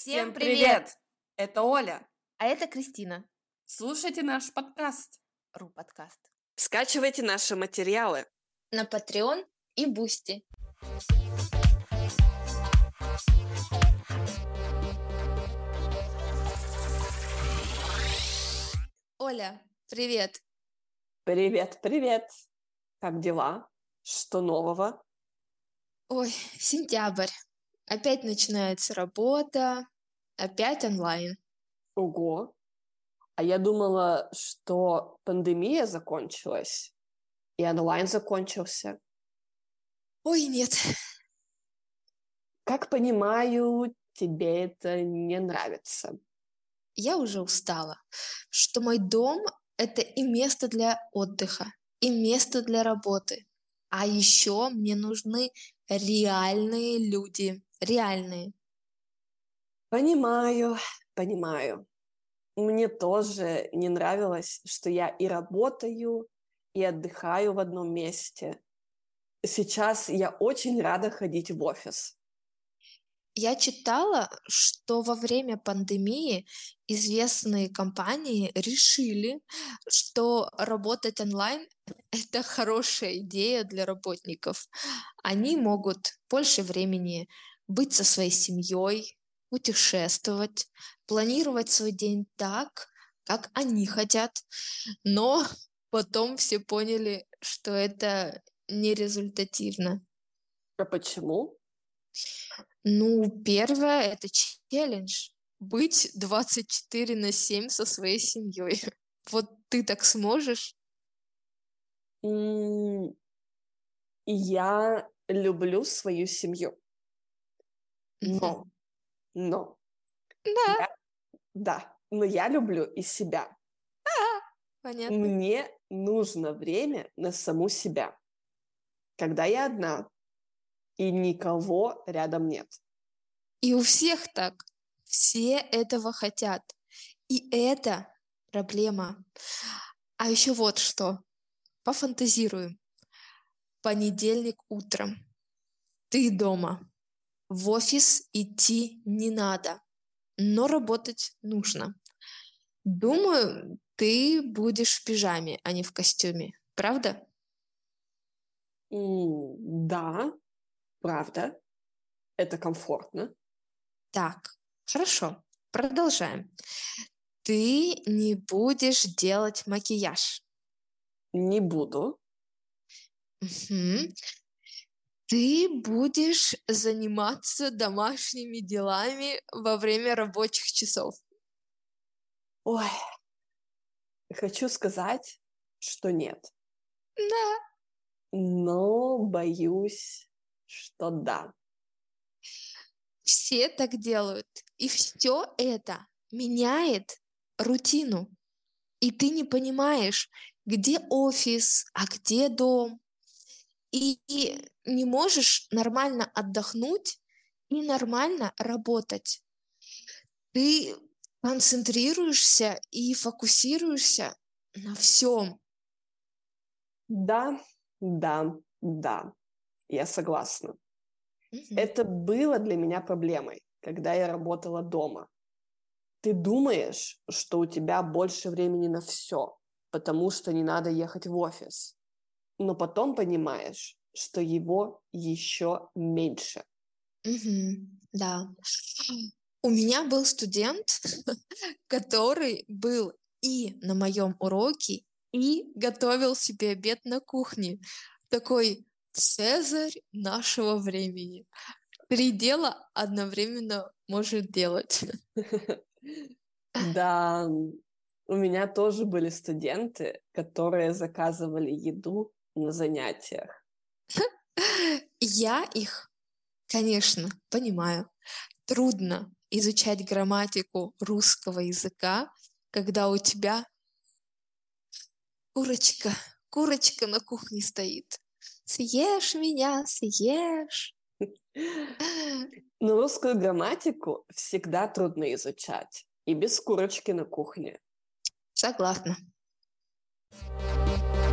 Всем привет! Это Оля. А это Кристина. Слушайте наш подкаст. Подкаст. Скачивайте наши материалы На Patreon и Boosty. Оля, привет. Привет! Как дела? Что нового? Ой, сентябрь. Опять начинается работа. Опять онлайн. Ого! А я думала, что пандемия закончилась, и онлайн закончился. Ой, нет. Как понимаю, тебе это не нравится. Я уже устала, что мой дом – это и место для отдыха, и место для работы. А еще мне нужны реальные люди. Реальные. Понимаю. Мне тоже не нравилось, что я и работаю, и отдыхаю в одном месте. Сейчас я очень рада ходить в офис. Я читала, что во время пандемии известные компании решили, что работать онлайн – это хорошая идея для работников. Они могут больше времени быть со своей семьей, путешествовать, планировать свой день так, как они хотят. Но потом все поняли, что это нерезультативно. А почему? Ну, первое – это челлендж. Быть 24/7 со своей семьей. Вот ты так сможешь? М, Я люблю свою семью, Мгм. но Да, но я люблю и себя. понятно. Мне нужно время на саму себя, когда я одна и никого рядом нет. И у всех так. Все этого хотят. И это проблема. А еще вот что. Пофантазируем. Понедельник утром. Ты дома. В офис идти не надо, но работать нужно. Думаю, ты будешь в пижаме, а не в костюме. Правда? Да, правда, это комфортно. Так, хорошо. Продолжаем. Ты не будешь делать макияж. Не буду. Мгм. Ты будешь заниматься домашними делами во время рабочих часов. Ой, хочу сказать, что нет, Да. но боюсь, что да. Все так делают. И все это меняет рутину. И ты не понимаешь, где офис, а где дом. И не можешь нормально отдохнуть и нормально работать. Ты концентрируешься и фокусируешься на всем. Да, я согласна. Это было для меня проблемой, когда я работала дома. Ты думаешь, что у тебя больше времени на все, потому что не надо ехать в офис. Но потом понимаешь, что его еще меньше. Да. У меня был студент, который был и на моем уроке, и готовил себе обед на кухне. Такой Цезарь нашего времени. 3 дела одновременно может делать. Да, у меня тоже были студенты, которые заказывали еду на занятиях. Я их, конечно, понимаю. Трудно изучать грамматику русского языка, когда у тебя курочка на кухне стоит. Съешь меня, съешь. Но русскую грамматику всегда трудно изучать. И без курочки на кухне. Согласна.